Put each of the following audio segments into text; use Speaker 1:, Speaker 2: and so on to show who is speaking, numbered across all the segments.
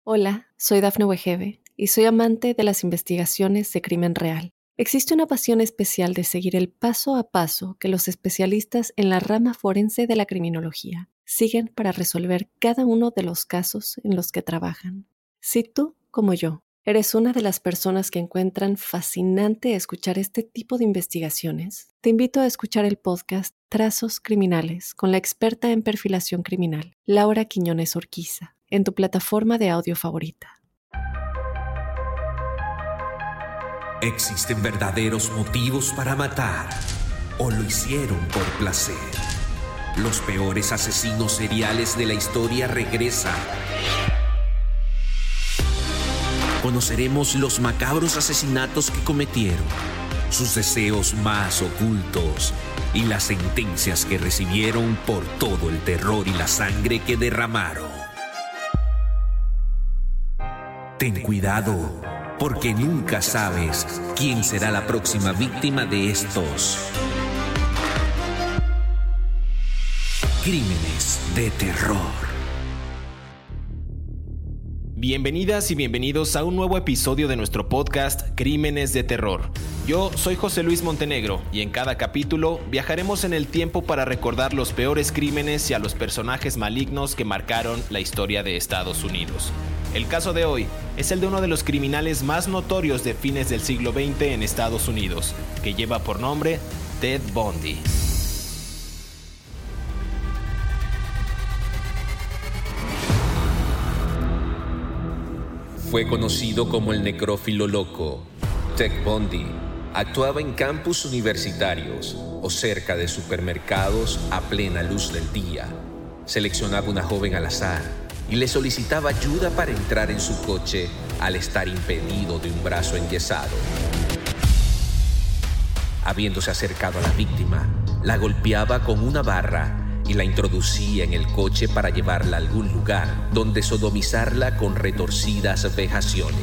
Speaker 1: Hola, soy Dafne Wegebe y soy amante de las investigaciones de crimen real. Existe una pasión especial de seguir el paso a paso que los especialistas en la rama forense de la criminología siguen para resolver cada uno de los casos en los que trabajan. Si tú, como yo, eres una de las personas que encuentran fascinante escuchar este tipo de investigaciones, te invito a escuchar el podcast Trazos Criminales con la experta en perfilación criminal, Laura Quiñones Orquiza, en tu plataforma de audio favorita.
Speaker 2: ¿Existen verdaderos motivos para matar o lo hicieron por placer? Los peores asesinos seriales de la historia regresan. Conoceremos los macabros asesinatos que cometieron, sus deseos más ocultos y las sentencias que recibieron por todo el terror y la sangre que derramaron. Ten cuidado, porque nunca sabes quién será la próxima víctima de estos crímenes de terror.
Speaker 3: Bienvenidas y bienvenidos a un nuevo episodio de nuestro podcast Crímenes de Terror. Yo soy José Luis Montenegro y en cada capítulo viajaremos en el tiempo para recordar los peores crímenes y a los personajes malignos que marcaron la historia de Estados Unidos. El caso de hoy es el de uno de los criminales más notorios de fines del siglo XX en Estados Unidos, que lleva por nombre Ted Bundy.
Speaker 2: Fue conocido como el necrófilo loco. Ted Bundy actuaba en campus universitarios o cerca de supermercados a plena luz del día. Seleccionaba una joven al azar y le solicitaba ayuda para entrar en su coche al estar impedido de un brazo enyesado. Habiéndose acercado a la víctima, la golpeaba con una barra y la introducía en el coche para llevarla a algún lugar donde sodomizarla con retorcidas vejaciones.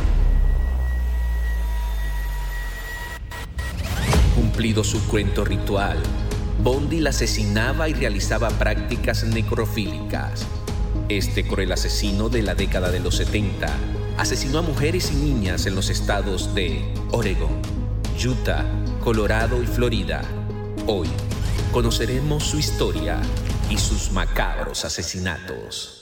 Speaker 2: Cumplido su cruento ritual, Bundy la asesinaba y realizaba prácticas necrofílicas. Este cruel asesino de la década de los 70 asesinó a mujeres y niñas en los estados de Oregon, Utah, Colorado y Florida. Hoy conoceremos su historia y sus macabros asesinatos.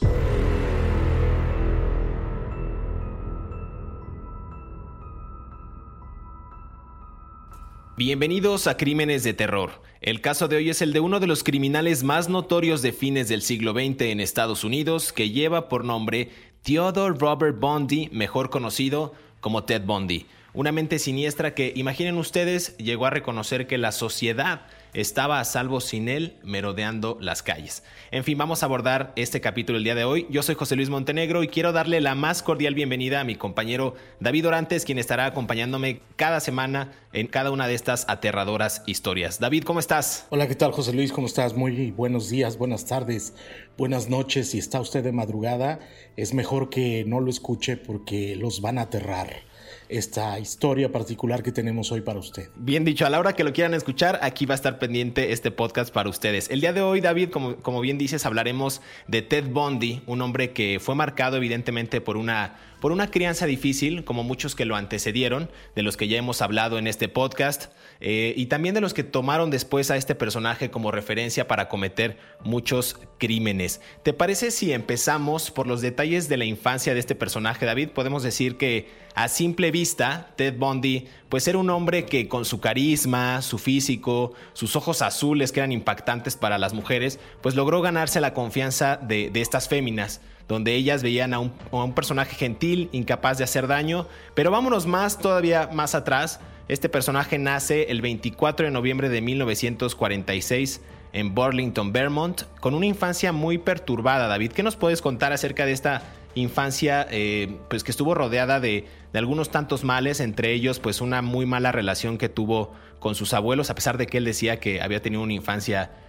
Speaker 3: Bienvenidos a Crímenes de Terror. El caso de hoy es el de uno de los criminales más notorios de fines del siglo XX en Estados Unidos, que lleva por nombre Theodore Robert Bundy, mejor conocido como Ted Bundy. Una mente siniestra que, imaginen ustedes, llegó a reconocer que la sociedad estaba a salvo sin él, merodeando las calles. En fin, vamos a abordar este capítulo el día de hoy. Yo soy José Luis Montenegro y quiero darle la más cordial bienvenida a mi compañero David Orantes, quien estará acompañándome cada semana en cada una de estas aterradoras historias. David, ¿cómo estás?
Speaker 4: Hola, ¿qué tal, José Luis? ¿Cómo estás? Muy buenos días, buenas tardes, buenas noches. Si está usted de madrugada, es mejor que no lo escuche porque los van a aterrar esta historia particular que tenemos hoy para usted.
Speaker 3: Bien dicho, a la hora que lo quieran escuchar, aquí va a estar pendiente este podcast para ustedes. El día de hoy, David, como bien dices, hablaremos de Ted Bundy, un hombre que fue marcado evidentemente por una crianza difícil, como muchos que lo antecedieron, de los que ya hemos hablado en este podcast, y también de los que tomaron después a este personaje como referencia para cometer muchos crímenes. ¿Te parece si empezamos por los detalles de la infancia de este personaje, David? Podemos decir que a simple vista, Ted Bundy pues era un hombre que con su carisma, su físico, sus ojos azules que eran impactantes para las mujeres, pues logró ganarse la confianza de estas féminas, donde ellas veían a un personaje gentil, incapaz de hacer daño. Pero vámonos todavía más atrás. Este personaje nace el 24 de noviembre de 1946 en Burlington, Vermont, con una infancia muy perturbada. David, ¿qué nos puedes contar acerca de esta infancia pues que estuvo rodeada de algunos tantos males, entre ellos pues una muy mala relación que tuvo con sus abuelos, a pesar de que él decía que había tenido una infancia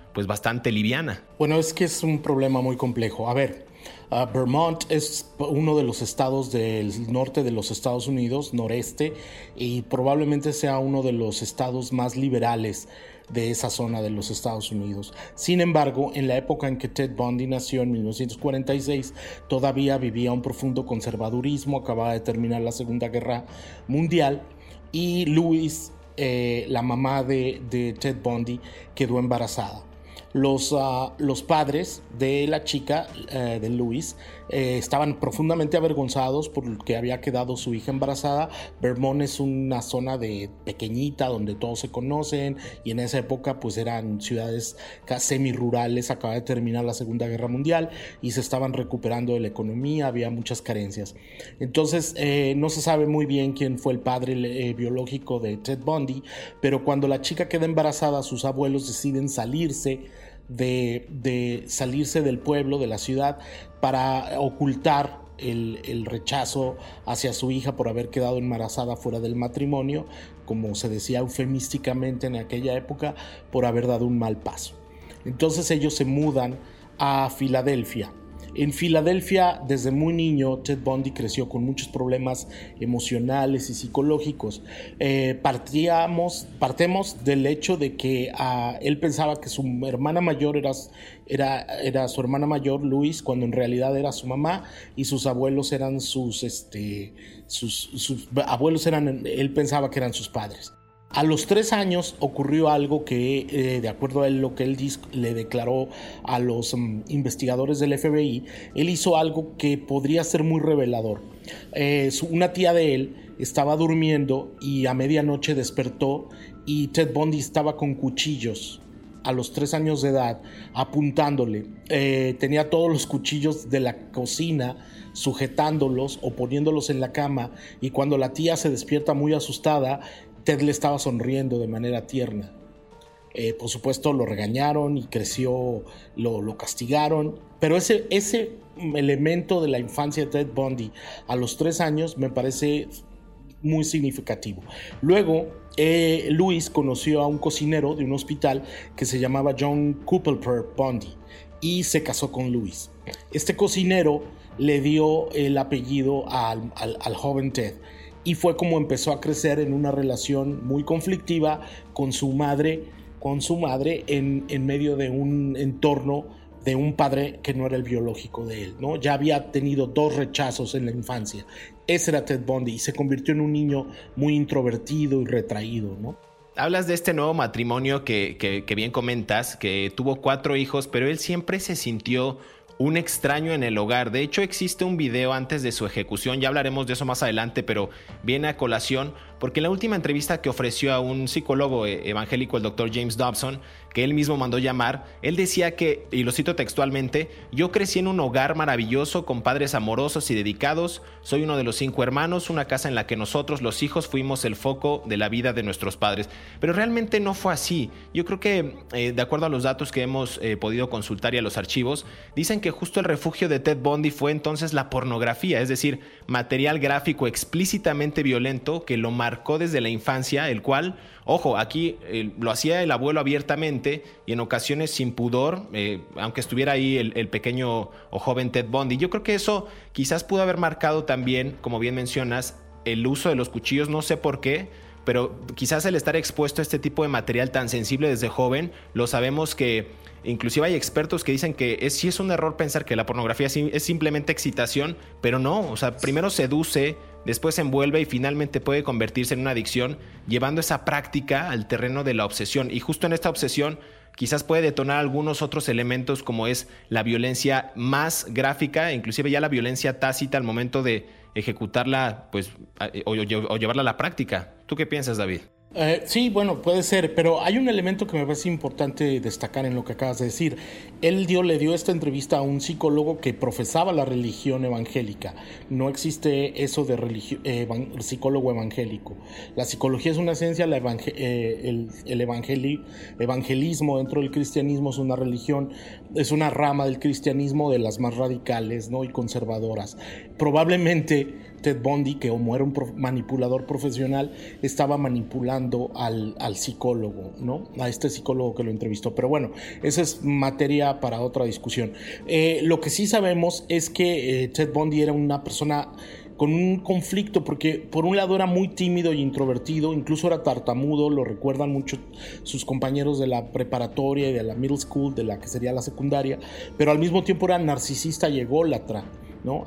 Speaker 3: pues bastante liviana.
Speaker 4: Bueno, es que es un problema muy complejo. A ver, Vermont es uno de los estados del norte de los Estados Unidos, noreste, y probablemente sea uno de los estados más liberales de esa zona de los Estados Unidos. Sin embargo, en la época en que Ted Bundy nació, en 1946, todavía vivía un profundo conservadurismo, acababa de terminar la Segunda Guerra Mundial, y Louise, la mamá de Ted Bundy, quedó embarazada. Los padres de la chica, de Louise, estaban profundamente avergonzados porque había quedado su hija embarazada. Vermont es una zona pequeñita donde todos se conocen, y en esa época pues eran ciudades semi-rurales. Acaba de terminar la Segunda Guerra Mundial y se estaban recuperando de la economía, había muchas carencias. Entonces no se sabe muy bien quién fue el padre biológico de Ted Bundy, pero cuando la chica queda embarazada, sus abuelos deciden salirse del pueblo, de la ciudad, para ocultar el rechazo hacia su hija por haber quedado embarazada fuera del matrimonio, como se decía eufemísticamente en aquella época, por haber dado un mal paso. Entonces ellos se mudan a Filadelfia. En Filadelfia, desde muy niño, Ted Bundy creció con muchos problemas emocionales y psicológicos. Partemos del hecho de que él pensaba que su hermana mayor era su hermana mayor, Louise, cuando en realidad era su mamá, y sus abuelos eran sus abuelos él pensaba que eran sus padres. A los 3 años ocurrió algo que, de acuerdo a él, lo que él le declaró a los investigadores del FBI, él hizo algo que podría ser muy revelador. Una tía de él estaba durmiendo y a medianoche despertó, y Ted Bundy estaba con cuchillos a los 3 años de edad apuntándole. Tenía todos los cuchillos de la cocina sujetándolos o poniéndolos en la cama, y cuando la tía se despierta muy asustada, Ted le estaba sonriendo de manera tierna. Por supuesto lo regañaron y creció, lo castigaron, pero ese elemento de la infancia de Ted Bundy a los 3 años me parece muy significativo. Luego, Louise conoció a un cocinero de un hospital que se llamaba John Kupelper Bundy y se casó con Louise. Este cocinero le dio el apellido al joven Ted, y fue como empezó a crecer en una relación muy conflictiva con su madre en medio de un entorno de un padre que no era el biológico de él, ¿no? Ya había tenido 2 rechazos en la infancia. Ese era Ted Bundy, y se convirtió en un niño muy introvertido y retraído, ¿no?
Speaker 3: Hablas de este nuevo matrimonio que bien comentas, que tuvo 4 hijos, pero él siempre se sintió un extraño en el hogar. De hecho, existe un video antes de su ejecución, ya hablaremos de eso más adelante, pero viene a colación porque en la última entrevista que ofreció a un psicólogo evangélico, el Dr. James Dobson, que él mismo mandó llamar, él decía que, y lo cito textualmente: yo crecí en un hogar maravilloso con padres amorosos y dedicados, soy uno de los 5 hermanos, una casa en la que nosotros los hijos fuimos el foco de la vida de nuestros padres. Pero realmente no fue así. Yo creo que de acuerdo a los datos que hemos podido consultar y a los archivos, dicen que justo el refugio de Ted Bundy fue entonces la pornografía, es decir, material gráfico explícitamente violento que lo marcó desde la infancia, el cual, ojo, aquí lo hacía el abuelo abiertamente y en ocasiones sin pudor, aunque estuviera ahí el pequeño o joven Ted Bundy. Yo creo que eso quizás pudo haber marcado también, como bien mencionas, el uso de los cuchillos, no sé por qué, pero quizás el estar expuesto a este tipo de material tan sensible desde joven, lo sabemos que inclusive hay expertos que dicen que sí es un error pensar que la pornografía es simplemente excitación, pero no, o sea, primero seduce, después se envuelve y finalmente puede convertirse en una adicción, llevando esa práctica al terreno de la obsesión. Y justo en esta obsesión quizás puede detonar algunos otros elementos, como es la violencia más gráfica, inclusive ya la violencia tácita al momento de ejecutarla, pues, o llevarla a la práctica. ¿Tú qué piensas, David?
Speaker 4: Sí, bueno, puede ser, pero hay un elemento que me parece importante destacar en lo que acabas de decir. Él le dio esta entrevista a un psicólogo que profesaba la religión evangélica. No existe eso de psicólogo evangélico. La psicología es una ciencia, el evangelismo dentro del cristianismo es una religión, es una rama del cristianismo de las más radicales, ¿no? Y conservadoras. Probablemente Ted Bundy, que como era un manipulador profesional, estaba manipulando al psicólogo, ¿no? A este psicólogo que lo entrevistó. Pero bueno, esa es materia para otra discusión. Lo que sí sabemos es que Ted Bundy era una persona con un conflicto, porque por un lado era muy tímido e introvertido, incluso era tartamudo, lo recuerdan mucho sus compañeros de la preparatoria y de la middle school, de la que sería la secundaria, pero al mismo tiempo era narcisista y ególatra, ¿no?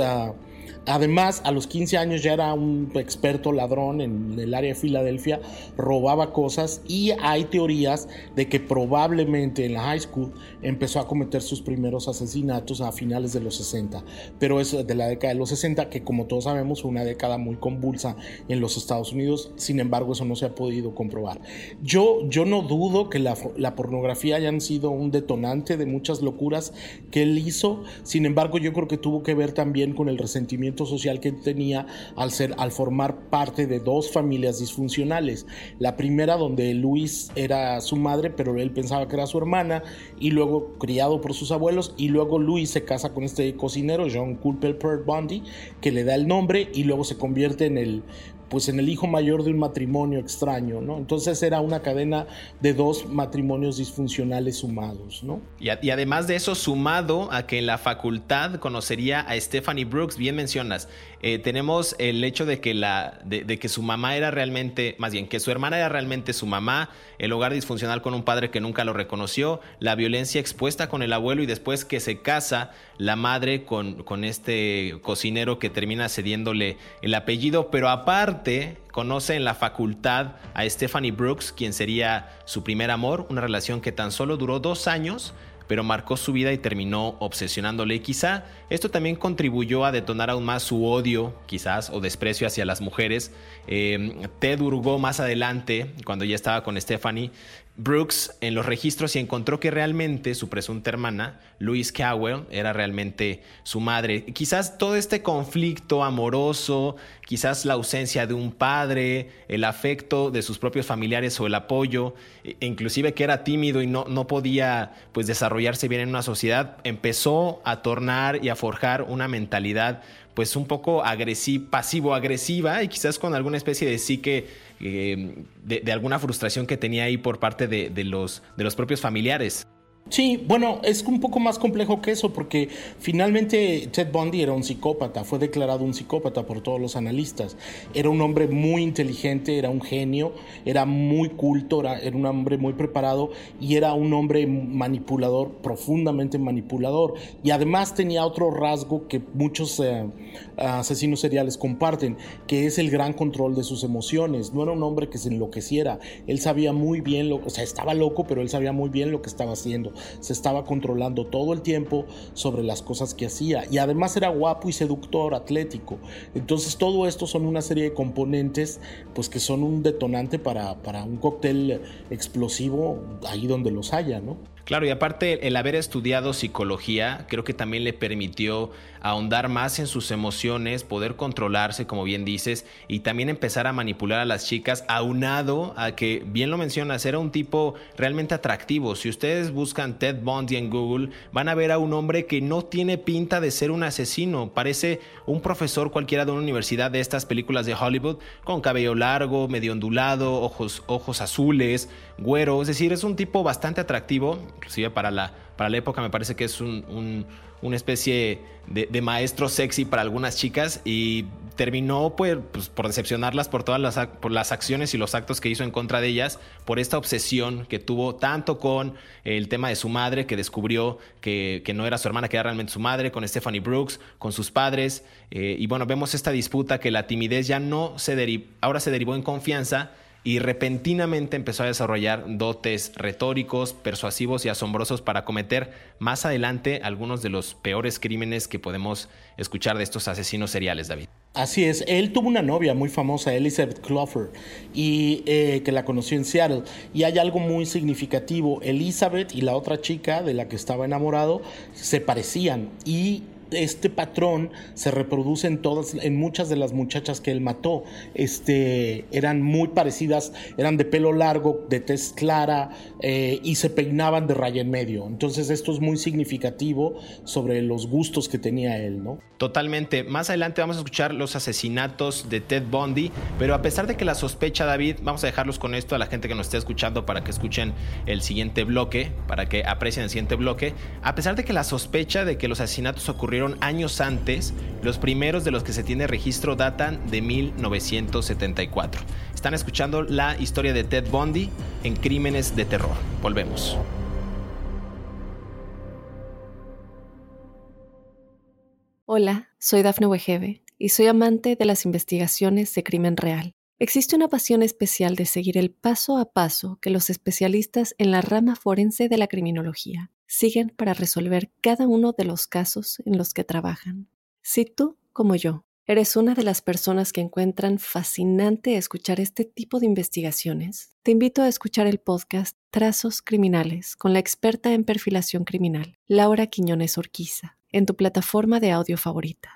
Speaker 4: Además, a los 15 años ya era un experto ladrón en el área de Filadelfia, robaba cosas, y hay teorías de que probablemente en la high school empezó a cometer sus primeros asesinatos a finales de los 60, pero es de la década de los 60, que como todos sabemos fue una década muy convulsa en los Estados Unidos. Sin embargo, eso no se ha podido comprobar. Yo no dudo que la pornografía hayan sido un detonante de muchas locuras que él hizo. Sin embargo, yo creo que tuvo que ver también con el resentimiento social que tenía al formar parte de dos familias disfuncionales. La primera, donde Luis era su madre, pero él pensaba que era su hermana, y luego criado por sus abuelos, y luego Luis se casa con este cocinero, John Culpeper Bundy, que le da el nombre, y luego se convierte en el hijo mayor de un matrimonio extraño, ¿no? Entonces era una cadena de dos matrimonios disfuncionales sumados, ¿no?
Speaker 3: Y además de eso, sumado a que en la facultad conocería a Stephanie Brooks, bien mencionas, tenemos el hecho de que de que su mamá era realmente, más bien, que su hermana era realmente su mamá, el hogar disfuncional con un padre que nunca lo reconoció, la violencia expuesta con el abuelo, y después que se casa la madre con este cocinero que termina cediéndole el apellido, pero aparte conoce en la facultad a Stephanie Brooks, quien sería su primer amor, una relación que tan solo duró 2 años, pero marcó su vida y terminó obsesionándole. Y quizá esto también contribuyó a detonar aún más su odio, quizás, o desprecio hacia las mujeres. Ted hurgó más adelante, cuando ya estaba con Stephanie Brooks, en los registros, y encontró que realmente su presunta hermana, Louise Cowell, era realmente su madre. Quizás todo este conflicto amoroso, quizás la ausencia de un padre, el afecto de sus propios familiares o el apoyo, inclusive que era tímido y no podía pues desarrollarse bien en una sociedad, empezó a tornar y a forjar una mentalidad pues un poco pasivo-agresiva, y quizás con alguna especie de psique de alguna frustración que tenía ahí por parte de los propios familiares.
Speaker 4: Sí, bueno, es un poco más complejo que eso, porque finalmente Ted Bundy era un psicópata, fue declarado un psicópata por todos los analistas. Era un hombre muy inteligente, era un genio, era muy culto, era un hombre muy preparado, y era un hombre manipulador, profundamente manipulador. Y además tenía otro rasgo que muchos asesinos seriales comparten, que es el gran control de sus emociones. No era un hombre que se enloqueciera, él sabía muy bien, estaba loco, pero él sabía muy bien lo que estaba haciendo. Se estaba controlando todo el tiempo sobre las cosas que hacía, y además era guapo y seductor, atlético. Entonces todo esto son una serie de componentes pues que son un detonante para un cóctel explosivo ahí donde los haya, ¿no?
Speaker 3: Claro, y aparte el haber estudiado psicología creo que también le permitió ahondar más en sus emociones, poder controlarse, como bien dices, y también empezar a manipular a las chicas, aunado a que, bien lo mencionas, era un tipo realmente atractivo. Si ustedes buscan Ted Bundy en Google, van a ver a un hombre que no tiene pinta de ser un asesino, parece un profesor cualquiera de una universidad de estas películas de Hollywood, con cabello largo, medio ondulado, ojos azules, güero, es decir, es un tipo bastante atractivo, inclusive para la época me parece que es una especie de maestro sexy para algunas chicas, y terminó pues por decepcionarlas por todas por las acciones y los actos que hizo en contra de ellas, por esta obsesión que tuvo tanto con el tema de su madre, que descubrió que no era su hermana, que era realmente su madre, con Stephanie Brooks, con sus padres, y bueno, vemos esta disputa que la timidez ya ahora se derivó en confianza, y repentinamente empezó a desarrollar dotes retóricos, persuasivos y asombrosos para cometer más adelante algunos de los peores crímenes que podemos escuchar de estos asesinos seriales, David.
Speaker 4: Así es, él tuvo una novia muy famosa, Elizabeth Clover, y que la conoció en Seattle, y hay algo muy significativo. Elizabeth y la otra chica de la que estaba enamorado se parecían, y este patrón se reproduce en muchas de las muchachas que él mató. Eran muy parecidas, eran de pelo largo, de tez clara, y se peinaban de raya en medio. Entonces esto es muy significativo sobre los gustos que tenía él, ¿no?
Speaker 3: Totalmente. Más adelante vamos a escuchar los asesinatos de Ted Bundy, pero a pesar de que la sospecha, David, vamos a dejarlos con esto a la gente que nos esté escuchando para que escuchen el siguiente bloque, para que aprecien el siguiente bloque. A pesar de que la sospecha de que los asesinatos ocurrieron años antes, los primeros de los que se tiene registro datan de 1974. Están escuchando la historia de Ted Bundy en Crímenes de Terror. Volvemos.
Speaker 1: Hola, soy Dafne Wegebe y soy amante de las investigaciones de crimen real. Existe una pasión especial de seguir el paso a paso que los especialistas en la rama forense de la criminología siguen para resolver cada uno de los casos en los que trabajan. Si tú, como yo, eres una de las personas que encuentran fascinante escuchar este tipo de investigaciones, te invito a escuchar el podcast Trazos Criminales con la experta en perfilación criminal, Laura Quiñones Orquiza, en tu plataforma de audio favorita.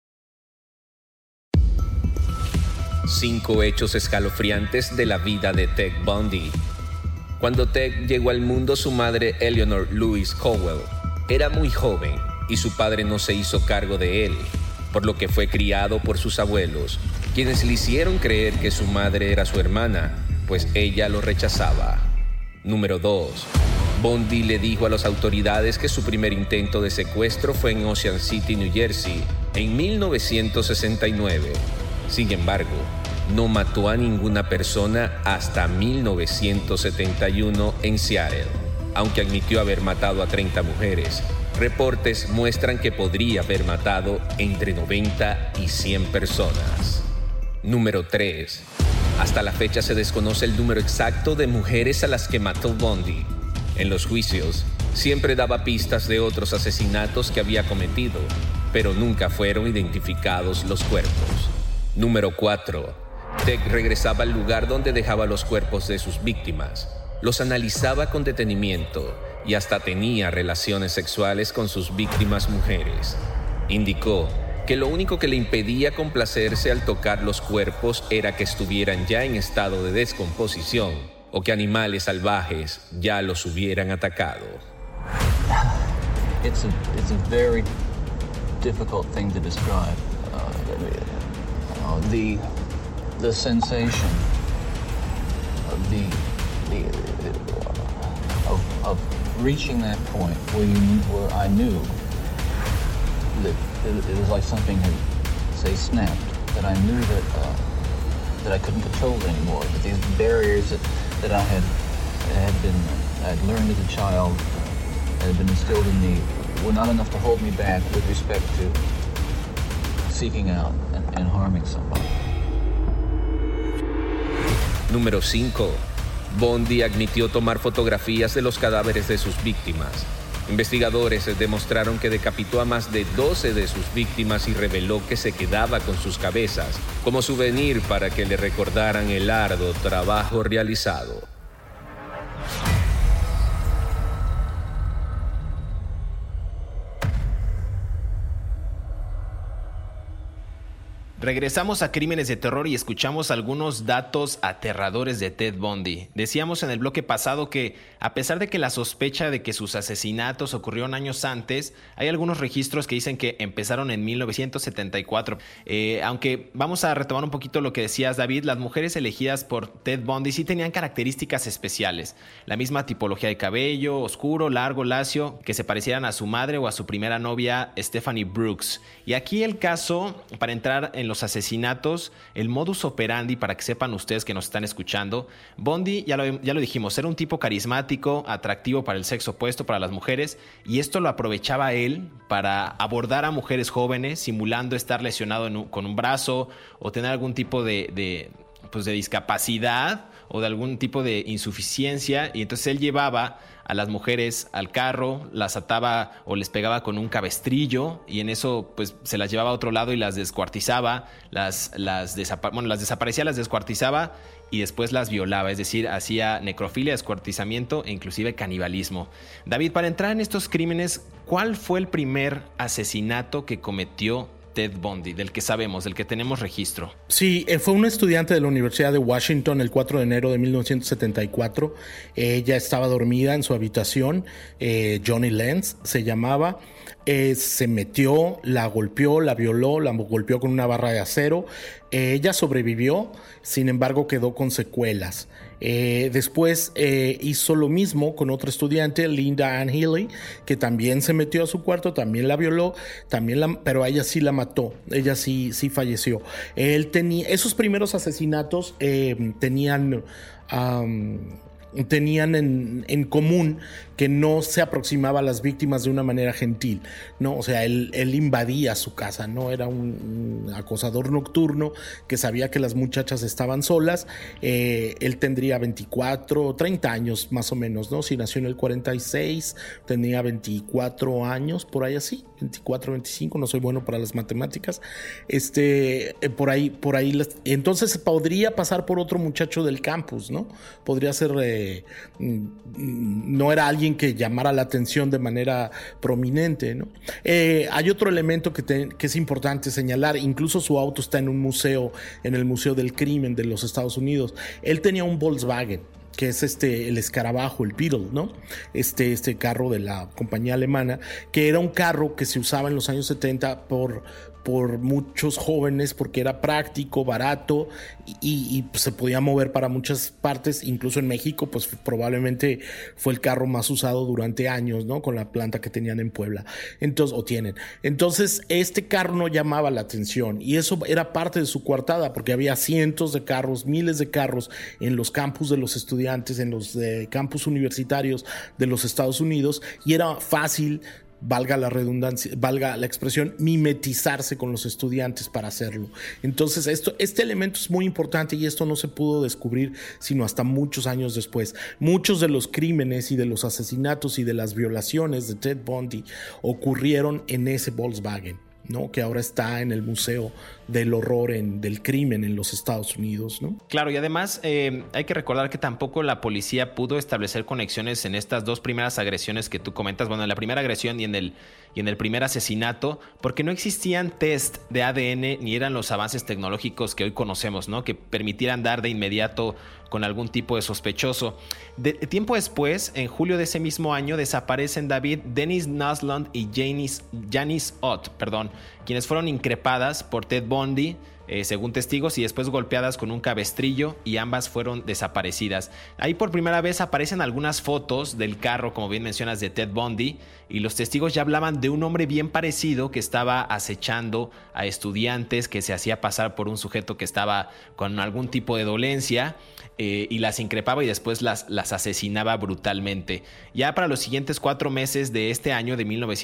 Speaker 2: 5 hechos escalofriantes de la vida de Ted Bundy. Cuando Ted llegó al mundo, su madre, Eleanor Louise Cowell, era muy joven y su padre no se hizo cargo de él, por lo que fue criado por sus abuelos, quienes le hicieron creer que su madre era su hermana, pues ella lo rechazaba. Número 2. Bundy le dijo a las autoridades que su primer intento de secuestro fue en Ocean City, New Jersey, en 1969. Sin embargo, no mató a ninguna persona hasta 1971 en Seattle, aunque admitió haber matado a 30 mujeres. Reportes muestran que podría haber matado entre 90 y 100 personas. Número 3. Hasta la fecha se desconoce el número exacto de mujeres a las que mató Bundy. En los juicios, siempre daba pistas de otros asesinatos que había cometido, pero nunca fueron identificados los cuerpos. Número 4. Ted regresaba al lugar donde dejaba los cuerpos de sus víctimas, los analizaba con detenimiento y hasta tenía relaciones sexuales con sus víctimas mujeres. Indicó que lo único que le impedía complacerse al tocar los cuerpos era que estuvieran ya en estado de descomposición o que animales salvajes ya los hubieran atacado.
Speaker 5: It's a very difficult thing to describe. The sensation of reaching that point where I knew that it was like something had, say, snapped. That I knew that I couldn't control it anymore. That these barriers that I had learned as a child, that had been instilled in me, were not enough to hold me back with respect to seeking out and harming somebody.
Speaker 2: Número 5. Bundy admitió tomar fotografías de los cadáveres de sus víctimas. Investigadores demostraron que decapitó a más de 12 de sus víctimas y reveló que se quedaba con sus cabezas como souvenir para que le recordaran el arduo trabajo realizado.
Speaker 3: Regresamos a Crímenes de Terror y escuchamos algunos datos aterradores de Ted Bundy. Decíamos en el bloque pasado que, a pesar de que la sospecha de que sus asesinatos ocurrieron años antes, hay algunos registros que dicen que empezaron en 1974. Aunque vamos a retomar un poquito lo que decías, David, las mujeres elegidas por Ted Bundy sí tenían características especiales. La misma tipología de cabello, oscuro, largo, lacio, que se parecieran a su madre o a su primera novia, Stephanie Brooks. Y aquí el caso, para entrar en los asesinatos, el modus operandi, para que sepan ustedes que nos están escuchando, Bundy, ya lo dijimos, era un tipo carismático, atractivo para el sexo opuesto, para las mujeres, y esto lo aprovechaba él para abordar a mujeres jóvenes, simulando estar lesionado con un brazo o tener algún tipo de de discapacidad o de algún tipo de insuficiencia, y entonces él llevaba a las mujeres al carro, las ataba o les pegaba con un cabestrillo, y en eso pues se las llevaba a otro lado y las descuartizaba, las desaparecía, las descuartizaba y después las violaba, es decir, hacía necrofilia, descuartizamiento e inclusive canibalismo. David, para entrar en estos crímenes, ¿cuál fue el primer asesinato que cometió Ted Bundy, del que sabemos, del que tenemos registro?
Speaker 4: Sí, fue una estudiante de la Universidad de Washington el 4 de enero de 1974. Ella estaba dormida en su habitación. Johnny Lenz se llamaba. Se metió, la golpeó, la violó, la golpeó con una barra de acero. Ella sobrevivió, sin embargo quedó con secuelas. Después hizo lo mismo con otra estudiante, Linda Ann Healy, que también se metió a su cuarto, también la violó, pero a ella sí la mató, ella sí falleció. Él tenía esos primeros asesinatos, tenían en común que no se aproximaba a las víctimas de una manera gentil, ¿no? O sea, él invadía su casa, ¿no? Era un acosador nocturno que sabía que las muchachas estaban solas. Él tendría 24 o 30 años más o menos, ¿no? Si nació en el 46, tenía 24 años, por ahí así, 24, 25, no soy bueno para las matemáticas. Por ahí. Entonces podría pasar por otro muchacho del campus, ¿no? Podría ser, no era alguien que llamara la atención de manera prominente, ¿no? Hay otro elemento que es importante señalar. Incluso su auto está en un museo, en el Museo del Crimen de los Estados Unidos. Él tenía un Volkswagen, que es el escarabajo, el Beetle, ¿no? Este carro de la compañía alemana, que era un carro que se usaba en los años 70 por muchos jóvenes porque era práctico, barato y pues se podía mover para muchas partes, incluso en México pues probablemente fue el carro más usado durante años, ¿no? Con la planta que tenían en Puebla, entonces este carro no llamaba la atención y eso era parte de su coartada, porque había cientos de carros, miles de carros en los campus de los estudiantes, en los campus universitarios de los Estados Unidos, y era fácil, valga la redundancia, valga la expresión, mimetizarse con los estudiantes para hacerlo. Entonces este elemento es muy importante y esto no se pudo descubrir sino hasta muchos años después. Muchos de los crímenes y de los asesinatos y de las violaciones de Ted Bundy ocurrieron en ese Volkswagen, ¿no? Que ahora está en el Museo del Horror del Crimen en los Estados Unidos, ¿no?
Speaker 3: Claro, y además hay que recordar que tampoco la policía pudo establecer conexiones en estas dos primeras agresiones que tú comentas, bueno, en la primera agresión y en el primer asesinato, porque no existían test de ADN ni eran los avances tecnológicos que hoy conocemos, ¿no? Que permitieran dar de inmediato con algún tipo de sospechoso. Tiempo después, en julio de ese mismo año, desaparecen David, Dennis Naslund y Janice Ott, quienes fueron increpadas por Ted Bundy, según testigos, y después golpeadas con un cabestrillo, y ambas fueron desaparecidas. Ahí por primera vez aparecen algunas fotos del carro, como bien mencionas, de Ted Bundy, y los testigos ya hablaban de un hombre bien parecido que estaba acechando a estudiantes, que se hacía pasar por un sujeto que estaba con algún tipo de dolencia, y las increpaba y después las asesinaba brutalmente. Ya para los siguientes 4 meses de este año de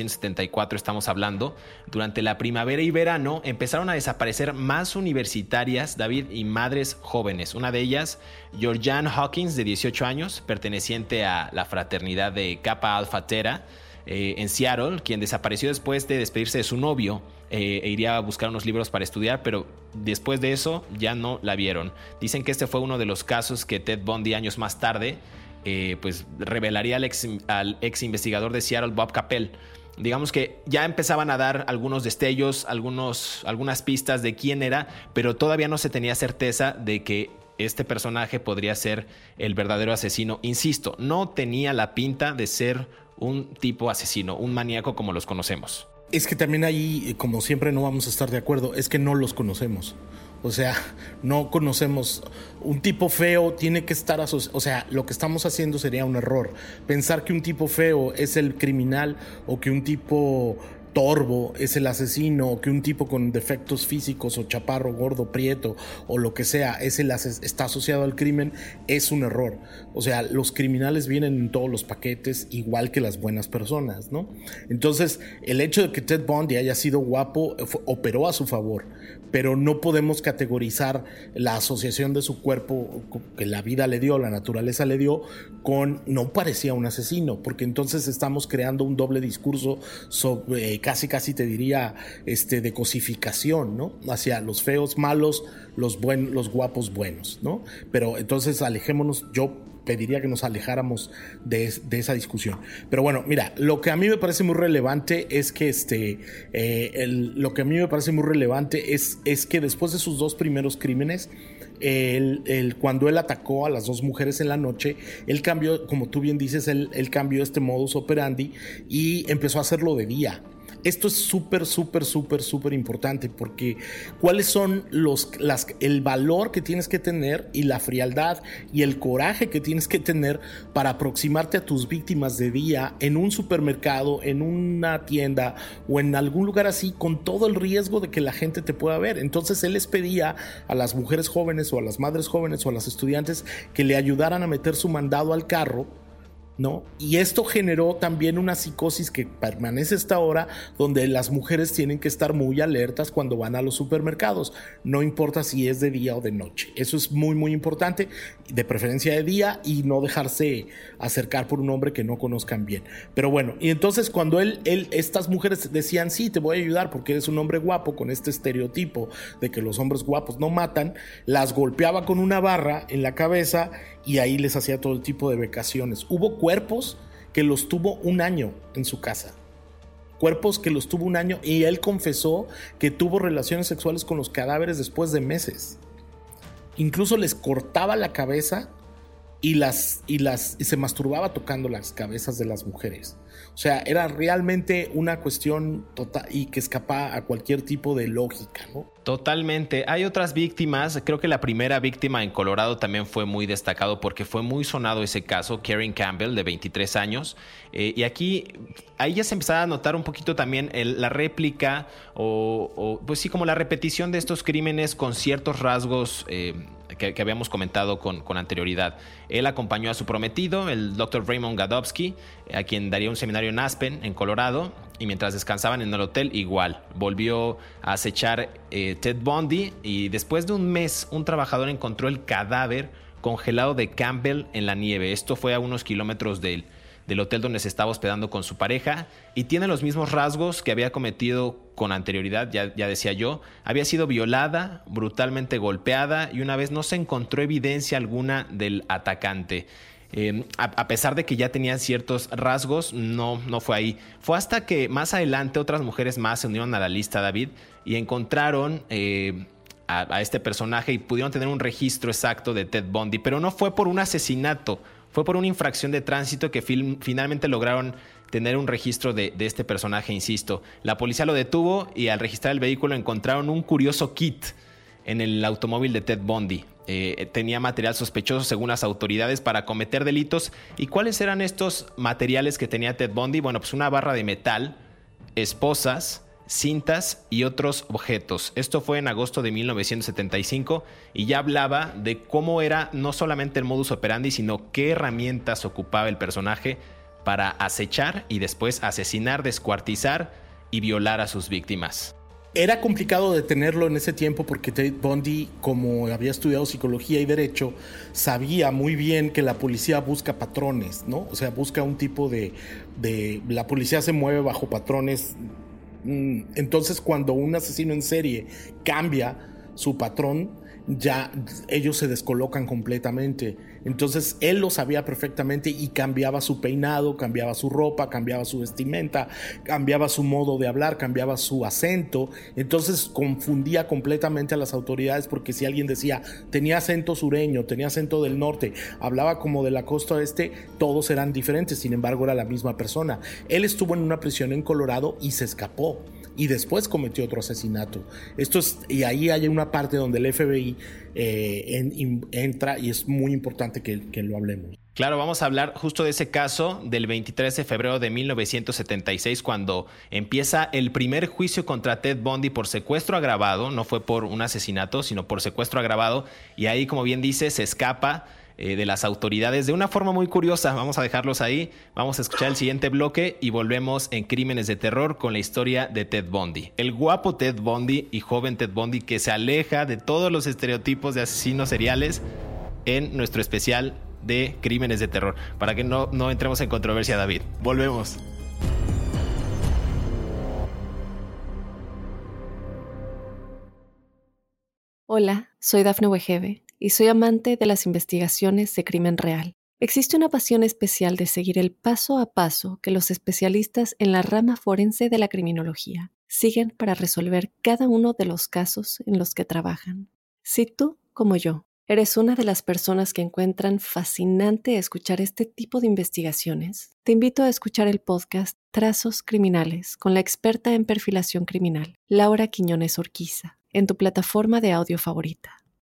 Speaker 3: 1974 estamos hablando, durante la primavera y verano empezaron a desaparecer más universitarias, David, y madres jóvenes. Una de ellas, Georgianne Hawkins, de 18 años, perteneciente a la fraternidad de Kappa Alpha Theta, en Seattle, quien desapareció después de despedirse de su novio e iría a buscar unos libros para estudiar, pero después de eso ya no la vieron. Dicen que este fue uno de los casos que Ted Bundy años más tarde pues revelaría al ex investigador de Seattle, Bob Capel. Digamos que ya empezaban a dar algunos destellos, algunas pistas de quién era, pero todavía no se tenía certeza de que este personaje podría ser el verdadero asesino. Insisto, no tenía la pinta de ser un tipo asesino, un maníaco como los conocemos.
Speaker 4: Es que también ahí, como siempre, no vamos a estar de acuerdo, es que no los conocemos. O sea, no conocemos. Un tipo feo tiene que estar asociado. O sea, lo que estamos haciendo sería un error. Pensar que un tipo feo es el criminal o que un tipo torvo es el asesino, que un tipo con defectos físicos o chaparro, gordo, prieto o lo que sea está asociado al crimen, es un error. O sea, los criminales vienen en todos los paquetes, igual que las buenas personas, ¿no? Entonces, el hecho de que Ted Bundy haya sido guapo operó a su favor, pero no podemos categorizar la asociación de su cuerpo que la vida le dio, la naturaleza le dio, con no parecía un asesino, porque entonces estamos creando un doble discurso sobre, casi te diría, de cosificación, ¿no? Hacia los feos malos, los guapos buenos, ¿no? Pero entonces alejémonos, yo pediría que nos alejáramos de esa discusión. Pero bueno, mira, lo que a mí me parece muy relevante es que es que después de sus dos primeros crímenes, cuando él atacó a las dos mujeres en la noche, él cambió, como tú bien dices, él cambió este modus operandi y empezó a hacerlo de día. Esto es súper importante, porque cuáles son el valor que tienes que tener y la frialdad y el coraje que tienes que tener para aproximarte a tus víctimas de día en un supermercado, en una tienda o en algún lugar así, con todo el riesgo de que la gente te pueda ver. Entonces él les pedía a las mujeres jóvenes o a las madres jóvenes o a las estudiantes que le ayudaran a meter su mandado al carro, ¿no? Y esto generó también una psicosis que permanece hasta ahora, donde las mujeres tienen que estar muy alertas cuando van a los supermercados, no importa si es de día o de noche. Eso es muy importante, de preferencia de día, y no dejarse acercar por un hombre que no conozcan bien. Pero bueno, y entonces cuando estas mujeres decían, sí, te voy a ayudar porque eres un hombre guapo, con este estereotipo de que los hombres guapos no matan, las golpeaba con una barra en la cabeza y ahí les hacía todo el tipo de vejaciones. Hubo cuerpos que los tuvo un año en su casa. Cuerpos que los tuvo un año, y él confesó que tuvo relaciones sexuales con los cadáveres después de meses. Incluso les cortaba la cabeza y se masturbaba tocando las cabezas de las mujeres. O sea, era realmente una cuestión total y que escapa a cualquier tipo de lógica, ¿no?
Speaker 3: Totalmente. Hay otras víctimas. Creo que la primera víctima en Colorado también fue muy destacado porque fue muy sonado ese caso, Karen Campbell, de 23 años. Y ahí ya se empezaba a notar un poquito también la réplica pues sí, como la repetición de estos crímenes con ciertos rasgos que habíamos comentado con anterioridad. Él acompañó a su prometido, el Dr. Raymond Gadowski, a quien daría un seminario en Aspen, en Colorado, y mientras descansaban en el hotel, igual, volvió a acechar Ted Bundy, y después de un mes, un trabajador encontró el cadáver congelado de Campbell en la nieve. Esto fue a unos kilómetros del hotel donde se estaba hospedando con su pareja, y tiene los mismos rasgos que había cometido con anterioridad. Ya decía yo, había sido violada, brutalmente golpeada, y una vez no se encontró evidencia alguna del atacante. A pesar de que ya tenían ciertos rasgos, no fue ahí. Fue hasta que más adelante otras mujeres más se unieron a la lista, David, y encontraron a este personaje y pudieron tener un registro exacto de Ted Bundy, pero no fue por un asesinato, fue por una infracción de tránsito que finalmente lograron tener un registro de este personaje, insisto. La policía lo detuvo y al registrar el vehículo encontraron un curioso kit en el automóvil de Ted Bundy. Tenía material sospechoso según las autoridades para cometer delitos. ¿Y cuáles eran estos materiales que tenía Ted Bundy? Bueno, pues una barra de metal, esposas, cintas y otros objetos. Esto fue en agosto de 1975 y ya hablaba de cómo era no solamente el modus operandi, sino qué herramientas ocupaba el personaje para acechar y después asesinar, descuartizar y violar a sus víctimas.
Speaker 4: Era complicado detenerlo en ese tiempo porque Ted Bundy, como había estudiado psicología y derecho, sabía muy bien que la policía busca patrones, ¿no? O sea, busca un tipo de la policía se mueve bajo patrones. Entonces, cuando un asesino en serie cambia su patrón, ya ellos se descolocan completamente. Entonces él lo sabía perfectamente y cambiaba su peinado, cambiaba su ropa, cambiaba su vestimenta, cambiaba su modo de hablar, cambiaba su acento. Entonces confundía completamente a las autoridades, porque si alguien decía tenía acento sureño, tenía acento del norte, hablaba como de la costa oeste, todos eran diferentes. Sin embargo, era la misma persona. Él estuvo en una prisión en Colorado y se escapó, y después cometió otro asesinato. Y ahí hay una parte donde el FBI entra, y es muy importante que lo hablemos.
Speaker 3: Claro, vamos a hablar justo de ese caso del 23 de febrero de 1976, cuando empieza el primer juicio contra Ted Bundy por secuestro agravado. No fue por un asesinato, sino por secuestro agravado. Y ahí, como bien dice, se escapa de las autoridades de una forma muy curiosa. Vamos a dejarlos ahí. Vamos a escuchar el siguiente bloque y volvemos en Crímenes de Terror con la historia de Ted Bundy. El guapo Ted Bundy y joven Ted Bundy que se aleja de todos los estereotipos de asesinos seriales en nuestro especial de Crímenes de Terror, para que no entremos en controversia, David. Volvemos.
Speaker 1: Hola, soy Dafne Wegebe y soy amante de las investigaciones de crimen real. Existe una pasión especial de seguir el paso a paso que los especialistas en la rama forense de la criminología siguen para resolver cada uno de los casos en los que trabajan. Si tú, como yo, ¿eres una de las personas que encuentran fascinante escuchar este tipo de investigaciones? Te invito a escuchar el podcast Trazos Criminales con la experta en perfilación criminal, Laura Quiñones Orquiza, en tu plataforma de audio favorita.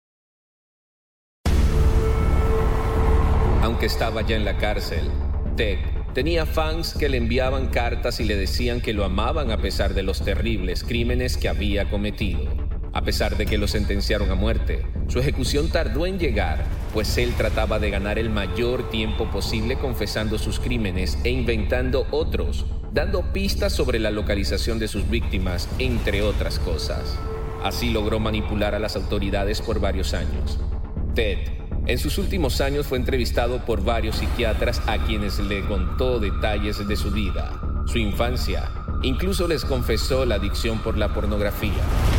Speaker 2: Aunque estaba ya en la cárcel, Ted tenía fans que le enviaban cartas y le decían que lo amaban a pesar de los terribles crímenes que había cometido. A pesar de que lo sentenciaron a muerte, su ejecución tardó en llegar, pues él trataba de ganar el mayor tiempo posible confesando sus crímenes e inventando otros, dando pistas sobre la localización de sus víctimas, entre otras cosas. Así logró manipular a las autoridades por varios años. Ted, en sus últimos años, fue entrevistado por varios psiquiatras a quienes le contó detalles de su vida, su infancia, incluso les confesó la adicción por la pornografía.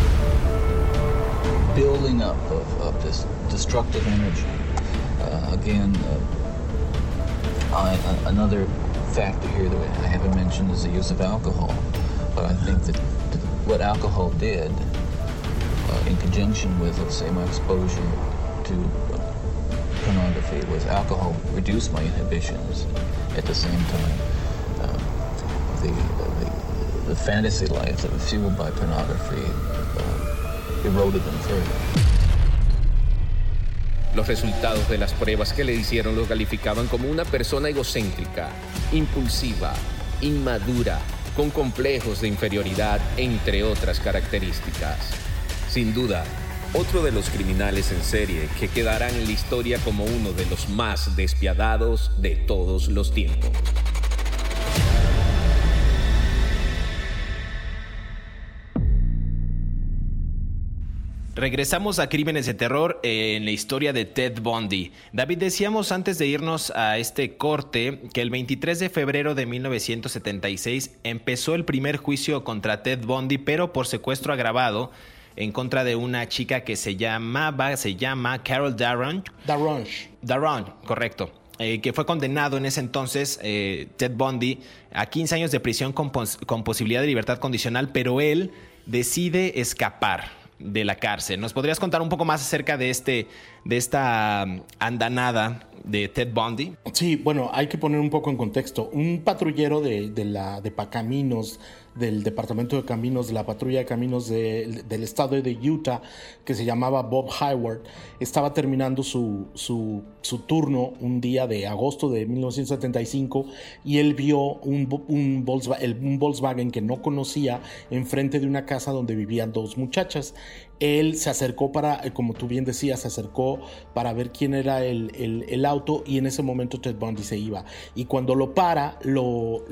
Speaker 5: Building up of this destructive energy. Another factor here that I haven't mentioned is the use of alcohol. But I think that what alcohol did, in conjunction with, let's say, my exposure to pornography, was alcohol reduced my inhibitions. At the same time, the fantasy life that was fueled by pornography eroded them further.
Speaker 2: Los resultados de las pruebas que le hicieron lo calificaban como una persona egocéntrica, impulsiva, inmadura, con complejos de inferioridad, entre otras características. Sin duda, otro de los criminales en serie que quedarán en la historia como uno de los más despiadados de todos los tiempos.
Speaker 3: Regresamos a Crímenes de Terror en la historia de Ted Bundy. David, decíamos antes de irnos a este corte que el 23 de febrero de 1976 empezó el primer juicio contra Ted Bundy, pero por secuestro agravado en contra de una chica que se llama Carol Darron, correcto. Que fue condenado en ese entonces, Ted Bundy, a 15 años de prisión con posibilidad de libertad condicional, pero él decide escapar de la cárcel. ¿Nos podrías contar un poco más acerca de esta andanada de Ted Bundy?
Speaker 4: Sí, bueno, hay que poner un poco en contexto. Un patrullero de Pacaminos, del Departamento de Caminos, de la Patrulla de Caminos del estado de Utah, que se llamaba Bob Hayward, estaba terminando su turno un día de agosto de 1975 y él vio un Volkswagen que no conocía enfrente de una casa donde vivían dos muchachas. Él se acercó como tú bien decías, se acercó para ver quién era el auto, y en ese momento Ted Bundy se iba. Y cuando lo para, lo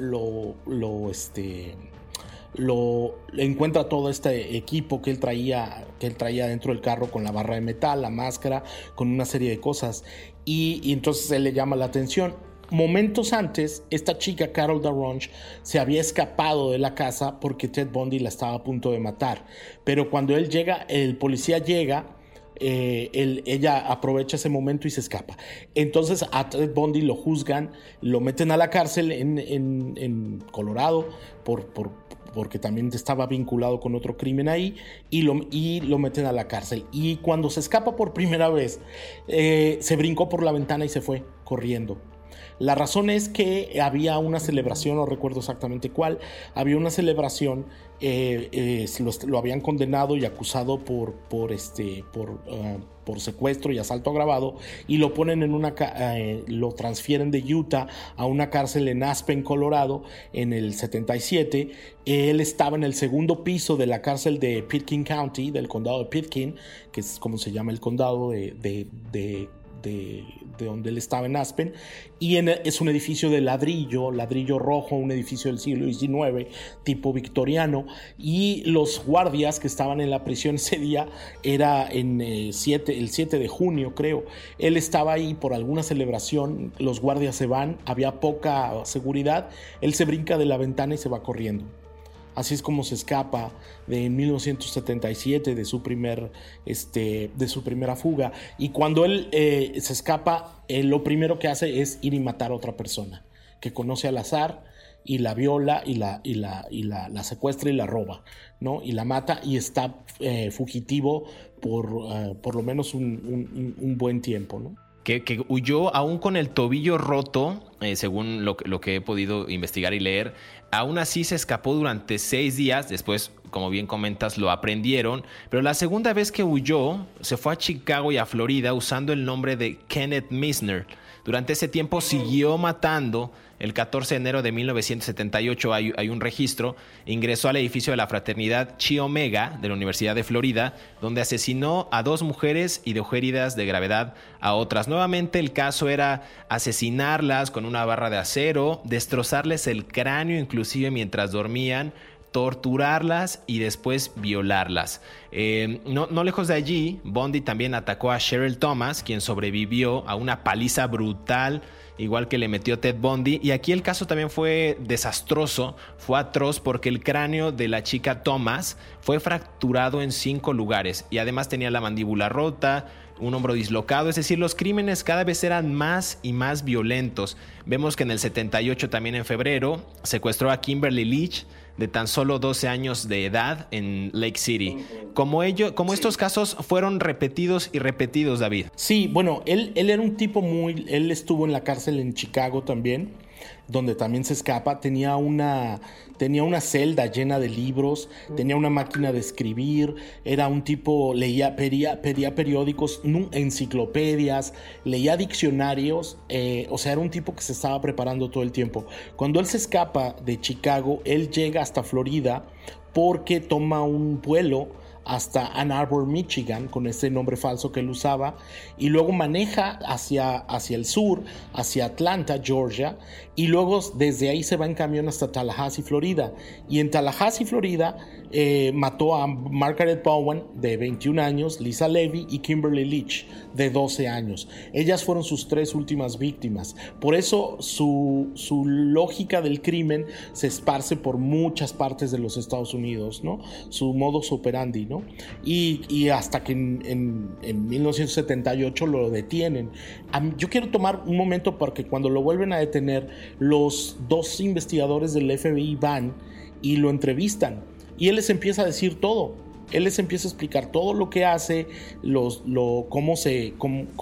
Speaker 4: encuentra todo este equipo que él traía dentro del carro, con la barra de metal, la máscara, con una serie de cosas, y entonces él le llama la atención. Momentos antes, esta chica, Carol Darron, se había escapado de la casa porque Ted Bundy la estaba a punto de matar. Pero cuando el policía llega, ella aprovecha ese momento y se escapa. Entonces a Ted Bundy lo juzgan, lo meten a la cárcel en Colorado porque también estaba vinculado con otro crimen ahí, y lo meten a la cárcel. Y cuando se escapa por primera vez, se brincó por la ventana y se fue corriendo. La razón es que había una celebración, no recuerdo exactamente cuál, había una celebración, lo habían condenado y acusado por secuestro y asalto agravado, y lo ponen lo transfieren de Utah a una cárcel en Aspen, Colorado, en el 77. Él estaba en el segundo piso de la cárcel de Pitkin County, del condado de Pitkin, que es como se llama el condado de donde él estaba en Aspen, y es un edificio de ladrillo rojo, un edificio del siglo XIX, tipo victoriano, y los guardias que estaban en la prisión ese día, era el 7 de junio creo, él estaba ahí por alguna celebración, los guardias se van, había poca seguridad, él se brinca de la ventana y se va corriendo. Así es como se escapa en 1977 de su primera fuga. Y cuando él se escapa, lo primero que hace es ir y matar a otra persona que conoce al azar, y la viola y la secuestra y la roba, ¿no? Y la mata, y está fugitivo por lo menos un buen tiempo, ¿no?
Speaker 3: Que huyó aún con el tobillo roto, según lo que he podido investigar y leer. Aún así se escapó durante 6 días. Después, como bien comentas, lo aprendieron. Pero la segunda vez que huyó, se fue a Chicago y a Florida usando el nombre de Kenneth Misner. Durante ese tiempo siguió matando. El 14 de enero de 1978 hay un registro. Ingresó al edificio de la fraternidad Chi Omega de la Universidad de Florida, donde asesinó a 2 mujeres y dejó heridas de gravedad a otras. Nuevamente el caso era asesinarlas con una barra de acero, destrozarles el cráneo inclusive mientras dormían, torturarlas y después violarlas. No lejos de allí, Bundy también atacó a Cheryl Thomas, quien sobrevivió a una paliza brutal, igual que le metió Ted Bundy. Y aquí el caso también fue desastroso, fue atroz, porque el cráneo de la chica Thomas fue fracturado en 5 lugares y además tenía la mandíbula rota, un hombro dislocado. Es decir, los crímenes cada vez eran más y más violentos. Vemos que en el 78, también en febrero, secuestró a Kimberly Leach, de tan solo 12 años de edad, en Lake City. Como estos casos fueron repetidos y repetidos, David.
Speaker 4: Sí, bueno, él era un tipo él estuvo en la cárcel en Chicago también, donde también se escapa. Tenía una celda llena de libros, tenía una máquina de escribir, era un tipo, pedía periódicos, enciclopedias, leía diccionarios, o sea, era un tipo que se estaba preparando todo el tiempo. Cuando él se escapa de Chicago, él llega hasta Florida porque toma un vuelo hasta Ann Arbor, Michigan, con ese nombre falso que él usaba, y luego maneja hacia el sur, hacia Atlanta, Georgia, y luego desde ahí se va en camión hasta Tallahassee, Florida. Y en Tallahassee, Florida, mató a Margaret Bowen, de 21 años, Lisa Levy y Kimberly Leach, de 12 años. Ellas fueron sus 3 últimas víctimas. Por eso su lógica del crimen se esparce por muchas partes de los Estados Unidos, ¿no? Su modus operandi, ¿no? Y hasta que en 1978 lo detienen. Yo quiero tomar un momento porque cuando lo vuelven a detener, los 2 investigadores del FBI van y lo entrevistan, y él les empieza a decir todo. Él les empieza a explicar todo lo que hace, cómo se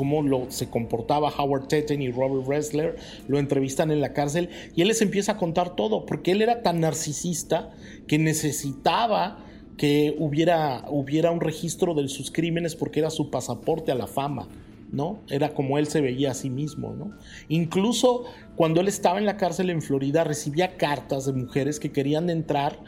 Speaker 4: comportaba Howard Tetten y Robert Ressler. Lo entrevistan en la cárcel y él les empieza a contar todo, porque él era tan narcisista que necesitaba que hubiera un registro de sus crímenes, porque era su pasaporte a la fama, ¿no? Era como él se veía a sí mismo, ¿no? Incluso cuando él estaba en la cárcel en Florida, recibía cartas de mujeres que querían entrar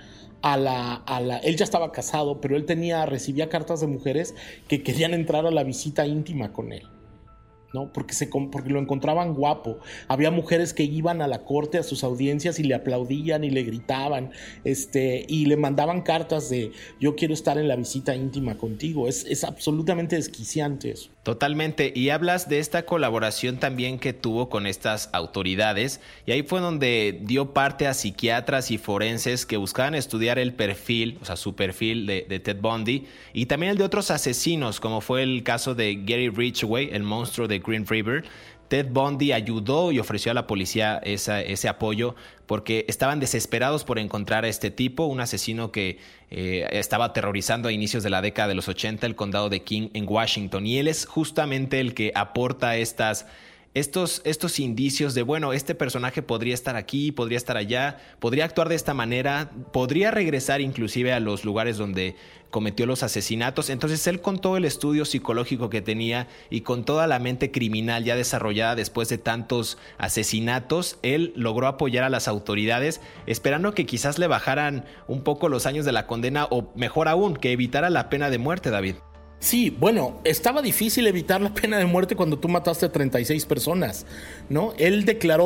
Speaker 4: él ya estaba casado, pero él recibía cartas de mujeres que querían entrar a la visita íntima con él, ¿no? Porque lo encontraban guapo. Había mujeres que iban a la corte, a sus audiencias, y le aplaudían y le gritaban, y le mandaban cartas de: yo quiero estar en la visita íntima contigo. Es absolutamente desquiciante eso.
Speaker 3: Totalmente. Y hablas de esta colaboración también que tuvo con estas autoridades, y ahí fue donde dio parte a psiquiatras y forenses que buscaban estudiar el perfil, o sea, su perfil de Ted Bundy, y también el de otros asesinos, como fue el caso de Gary Ridgway, el monstruo de Green River. Ted Bundy ayudó y ofreció a la policía ese apoyo porque estaban desesperados por encontrar a este tipo, un asesino que estaba aterrorizando a inicios de la década de los 80 el condado de King en Washington. Y él es justamente el que aporta estas estos indicios de, bueno, este personaje podría estar aquí, podría estar allá, podría actuar de esta manera, podría regresar inclusive a los lugares donde cometió los asesinatos. Entonces él, con todo el estudio psicológico que tenía y con toda la mente criminal ya desarrollada después de tantos asesinatos, él logró apoyar a las autoridades, esperando que quizás le bajaran un poco los años de la condena, o mejor aún, que evitara la pena de muerte, David.
Speaker 4: Sí, bueno, estaba difícil evitar la pena de muerte cuando tú mataste a 36 personas, ¿no? Él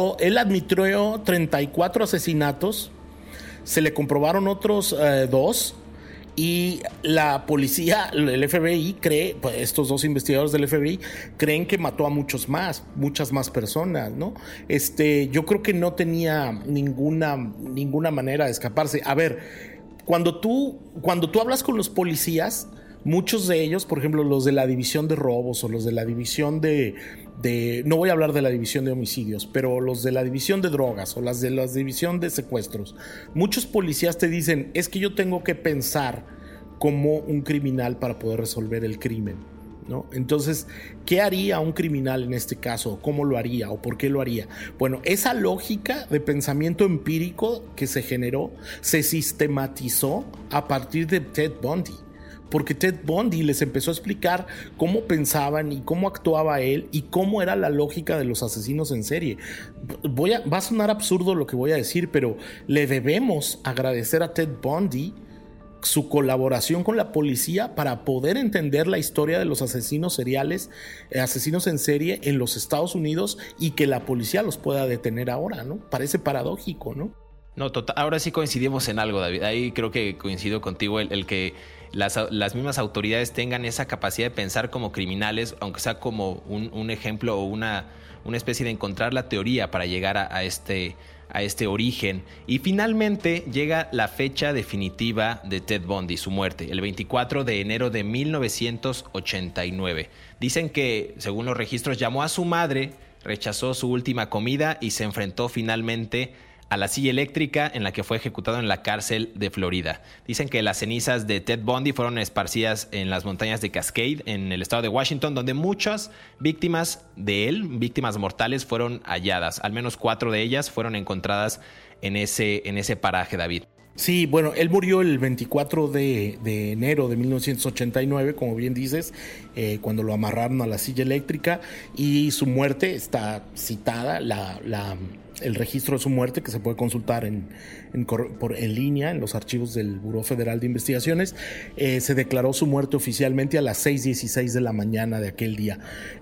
Speaker 4: admitió 34 asesinatos, se le comprobaron otros 2, y la policía, el FBI cree, pues estos 2 investigadores del FBI creen que mató a muchas más personas, ¿no? Yo creo que no tenía ninguna manera de escaparse. A ver, cuando tú hablas con los policías, muchos de ellos, por ejemplo, los de la división de robos o los de la división de no voy a hablar de la división de homicidios, pero los de la división de drogas o las de la división de secuestros, muchos policías te dicen, es que yo tengo que pensar como un criminal para poder resolver el crimen, ¿no? Entonces, ¿qué haría un criminal en este caso? ¿Cómo lo haría o por qué lo haría? Bueno, esa lógica de pensamiento empírico que se generó se sistematizó a partir de Ted Bundy. Porque Ted Bundy les empezó a explicar cómo pensaban y cómo actuaba él y cómo era la lógica de los asesinos en serie. Va a sonar absurdo lo que voy a decir, pero le debemos agradecer a Ted Bundy su colaboración con la policía para poder entender la historia de los asesinos seriales, asesinos en serie en los Estados Unidos, y que la policía los pueda detener ahora, ¿no? Parece paradójico, ¿no?
Speaker 3: No, total, ahora sí coincidimos en algo, David. Ahí creo que coincido contigo, el que las mismas autoridades tengan esa capacidad de pensar como criminales, aunque sea como un ejemplo o una especie de encontrar la teoría para llegar a este origen. Y finalmente llega la fecha definitiva de Ted Bundy, su muerte, el 24 de enero de 1989. Dicen que, según los registros, llamó a su madre, rechazó su última comida y se enfrentó finalmente a la silla eléctrica en la que fue ejecutado en la cárcel de Florida. Dicen que las cenizas de Ted Bundy fueron esparcidas en las montañas de Cascade, en el estado de Washington, donde muchas víctimas de él, víctimas mortales, fueron halladas. Al menos 4 de ellas fueron encontradas en ese paraje, David.
Speaker 4: Sí, bueno, él murió el 24 de enero de 1989, como bien dices, cuando lo amarraron a la silla eléctrica, y su muerte está citada, el registro de su muerte, que se puede consultar en línea en los archivos del Buró Federal de Investigaciones. Se declaró su muerte oficialmente a las 6:16 de la mañana de aquel día.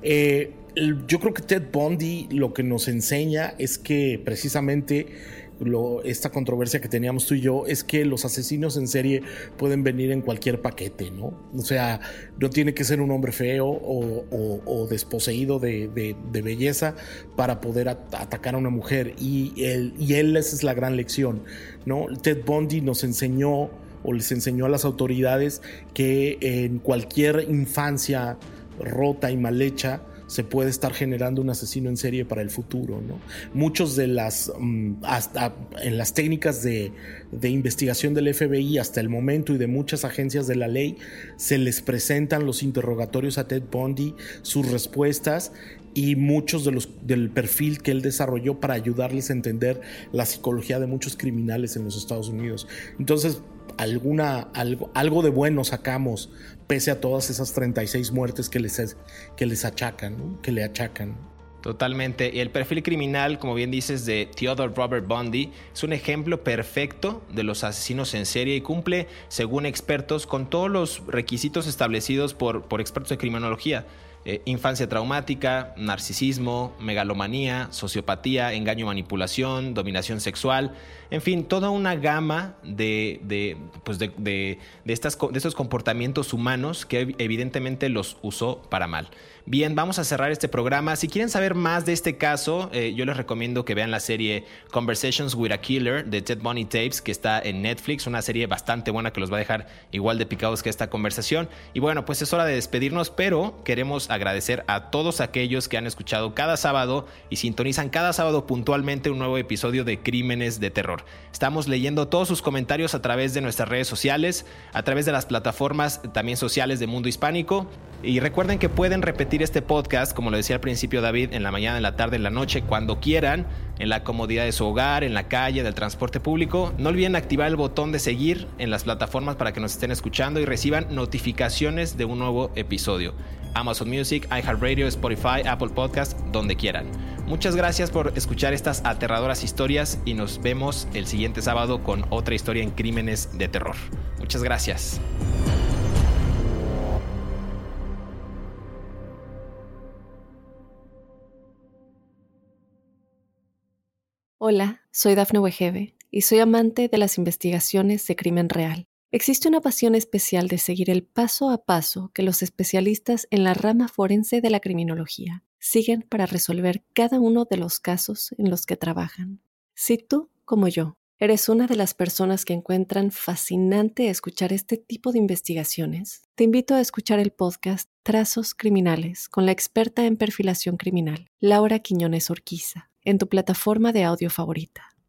Speaker 4: Yo creo que Ted Bundy lo que nos enseña es que precisamente esta controversia que teníamos tú y yo es que los asesinos en serie pueden venir en cualquier paquete, ¿no? O sea, no tiene que ser un hombre feo o desposeído de belleza para poder atacar a una mujer, y él esa es la gran lección, ¿no? Ted Bundy nos enseñó, o les enseñó a las autoridades, que en cualquier infancia rota y mal hecha se puede estar generando un asesino en serie para el futuro, ¿no? Muchos de hasta en las técnicas de investigación del FBI hasta el momento, y de muchas agencias de la ley, se les presentan los interrogatorios a Ted Bundy, sus respuestas y muchos del perfil que él desarrolló para ayudarles a entender la psicología de muchos criminales en los Estados Unidos. Entonces, algo de bueno sacamos, pese a todas esas 36 muertes que les achacan, ¿no? Que le achacan.
Speaker 3: Totalmente. Y el perfil criminal, como bien dices, de Theodore Robert Bundy es un ejemplo perfecto de los asesinos en serie, y cumple, según expertos, con todos los requisitos establecidos por expertos de criminología. Infancia traumática, narcisismo, megalomanía, sociopatía, engaño, manipulación, dominación sexual, en fin, toda una gama de estos comportamientos humanos que evidentemente los usó para mal. Bien, vamos a cerrar este programa. Si quieren saber más de este caso, yo les recomiendo que vean la serie Conversations with a Killer de Ted Bundy Tapes, que está en Netflix, una serie bastante buena que los va a dejar igual de picados que esta conversación. Y bueno, pues es hora de despedirnos, pero queremos agradecer a todos aquellos que han escuchado cada sábado y sintonizan cada sábado puntualmente un nuevo episodio de Crímenes de Terror. Estamos leyendo todos sus comentarios a través de nuestras redes sociales, a través de las plataformas también sociales de Mundo Hispánico. Y recuerden que pueden repetir este podcast, como lo decía al principio David, en la mañana, en la tarde, en la noche, cuando quieran, en la comodidad de su hogar, en la calle, del transporte público. No olviden activar el botón de seguir en las plataformas para que nos estén escuchando y reciban notificaciones de un nuevo episodio. Amazon Music, iHeartRadio, Spotify, Apple Podcast, donde quieran. Muchas gracias por escuchar estas aterradoras historias y nos vemos el siguiente sábado con otra historia en Crímenes de Terror. Muchas gracias.
Speaker 1: Hola, soy Dafne Wegebe y soy amante de las investigaciones de crimen real. Existe una pasión especial de seguir el paso a paso que los especialistas en la rama forense de la criminología siguen para resolver cada uno de los casos en los que trabajan. Si tú, como yo, eres una de las personas que encuentran fascinante escuchar este tipo de investigaciones, te invito a escuchar el podcast Trazos Criminales con la experta en perfilación criminal, Laura Quiñones Orquiza, en tu plataforma de audio favorita.